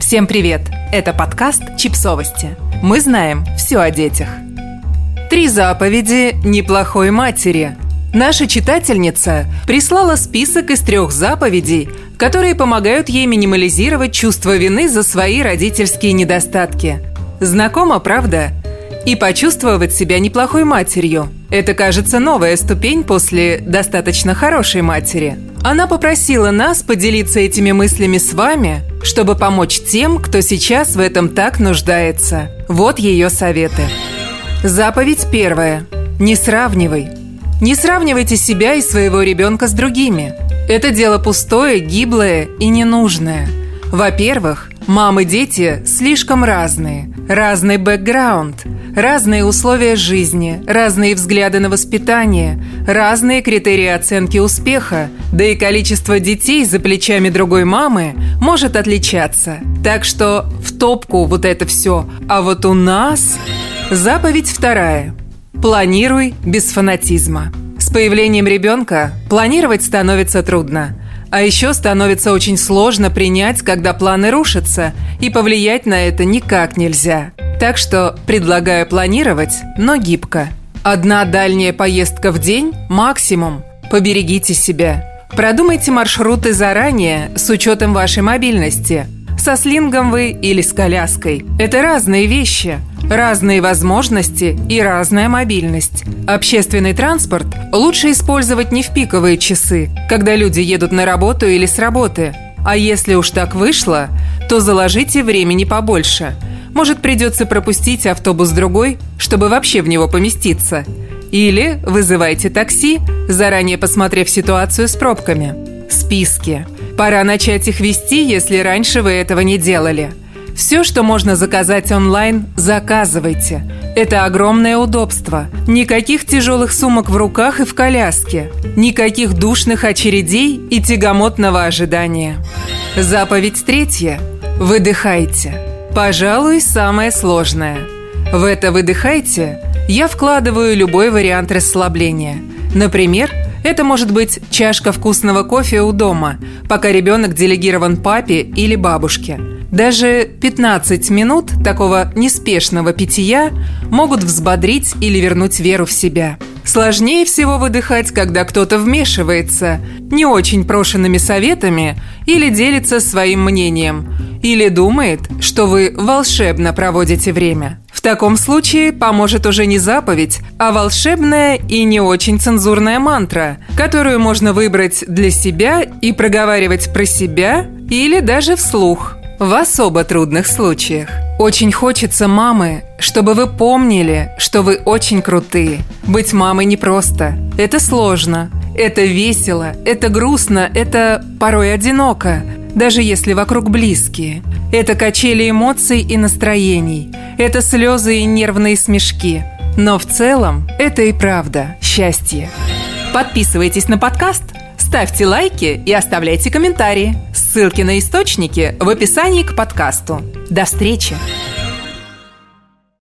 Всем привет! Это подкаст «Чипсовости». Мы знаем все о детях. 3 заповеди неплохой матери. Наша читательница прислала список из 3 заповедей, которые помогают ей минимализировать чувство вины за свои родительские недостатки. Знакомо, правда? И почувствовать себя неплохой матерью. Это, кажется, новая ступень после достаточно хорошей матери. Она попросила нас поделиться этими мыслями с вами, чтобы помочь тем, кто сейчас в этом так нуждается. Вот ее советы. Заповедь 1. Не сравнивай. Не сравнивайте себя и своего ребенка с другими. Это дело пустое, гиблое и ненужное. Во-первых, мамы и дети слишком разные. Разный бэкграунд, разные условия жизни, разные взгляды на воспитание, разные критерии оценки успеха, да и количество детей за плечами другой мамы может отличаться. Так что в топку вот это все. А вот у нас... Заповедь 2. Планируй без фанатизма. С появлением ребенка планировать становится трудно. А еще становится очень сложно принять, когда планы рушатся, и повлиять на это никак нельзя. Так что предлагаю планировать, но гибко. 1 дальняя поездка в день – максимум. Поберегите себя. Продумайте маршруты заранее с учетом вашей мобильности. Со слингом вы или с коляской. Это разные вещи, разные возможности и разная мобильность. Общественный транспорт лучше использовать не в пиковые часы, когда люди едут на работу или с работы. А если уж так вышло, то заложите времени побольше. Может, придется пропустить автобус другой, чтобы вообще в него поместиться. Или вызывайте такси, заранее посмотрев ситуацию с пробками. Списки. Пора начать их вести, если раньше вы этого не делали. Все, что можно заказать онлайн, заказывайте. Это огромное удобство. Никаких тяжелых сумок в руках и в коляске. Никаких душных очередей и тягомотного ожидания. Заповедь 3. Выдыхайте. Пожалуй, самое сложное. В это «выдыхайте» я вкладываю любой вариант расслабления. Например, это может быть чашка вкусного кофе у дома, пока ребенок делегирован папе или бабушке. Даже 15 минут такого неспешного питья могут взбодрить или вернуть веру в себя. Сложнее всего выдыхать, когда кто-то вмешивается, не очень прошенными советами или делится своим мнением, или думает, что вы волшебно проводите время. В таком случае поможет уже не заповедь, а волшебная и не очень цензурная мантра, которую можно выбрать для себя и проговаривать про себя или даже вслух. В особо трудных случаях. Очень хочется, мамы, чтобы вы помнили, что вы очень крутые. Быть мамой непросто. Это сложно. Это весело. Это грустно. Это порой одиноко. Даже если вокруг близкие. Это качели эмоций и настроений. Это слезы и нервные смешки. Но в целом это и правда счастье. Подписывайтесь на подкаст, ставьте лайки и оставляйте комментарии. Ссылки на источники в описании к подкасту. До встречи!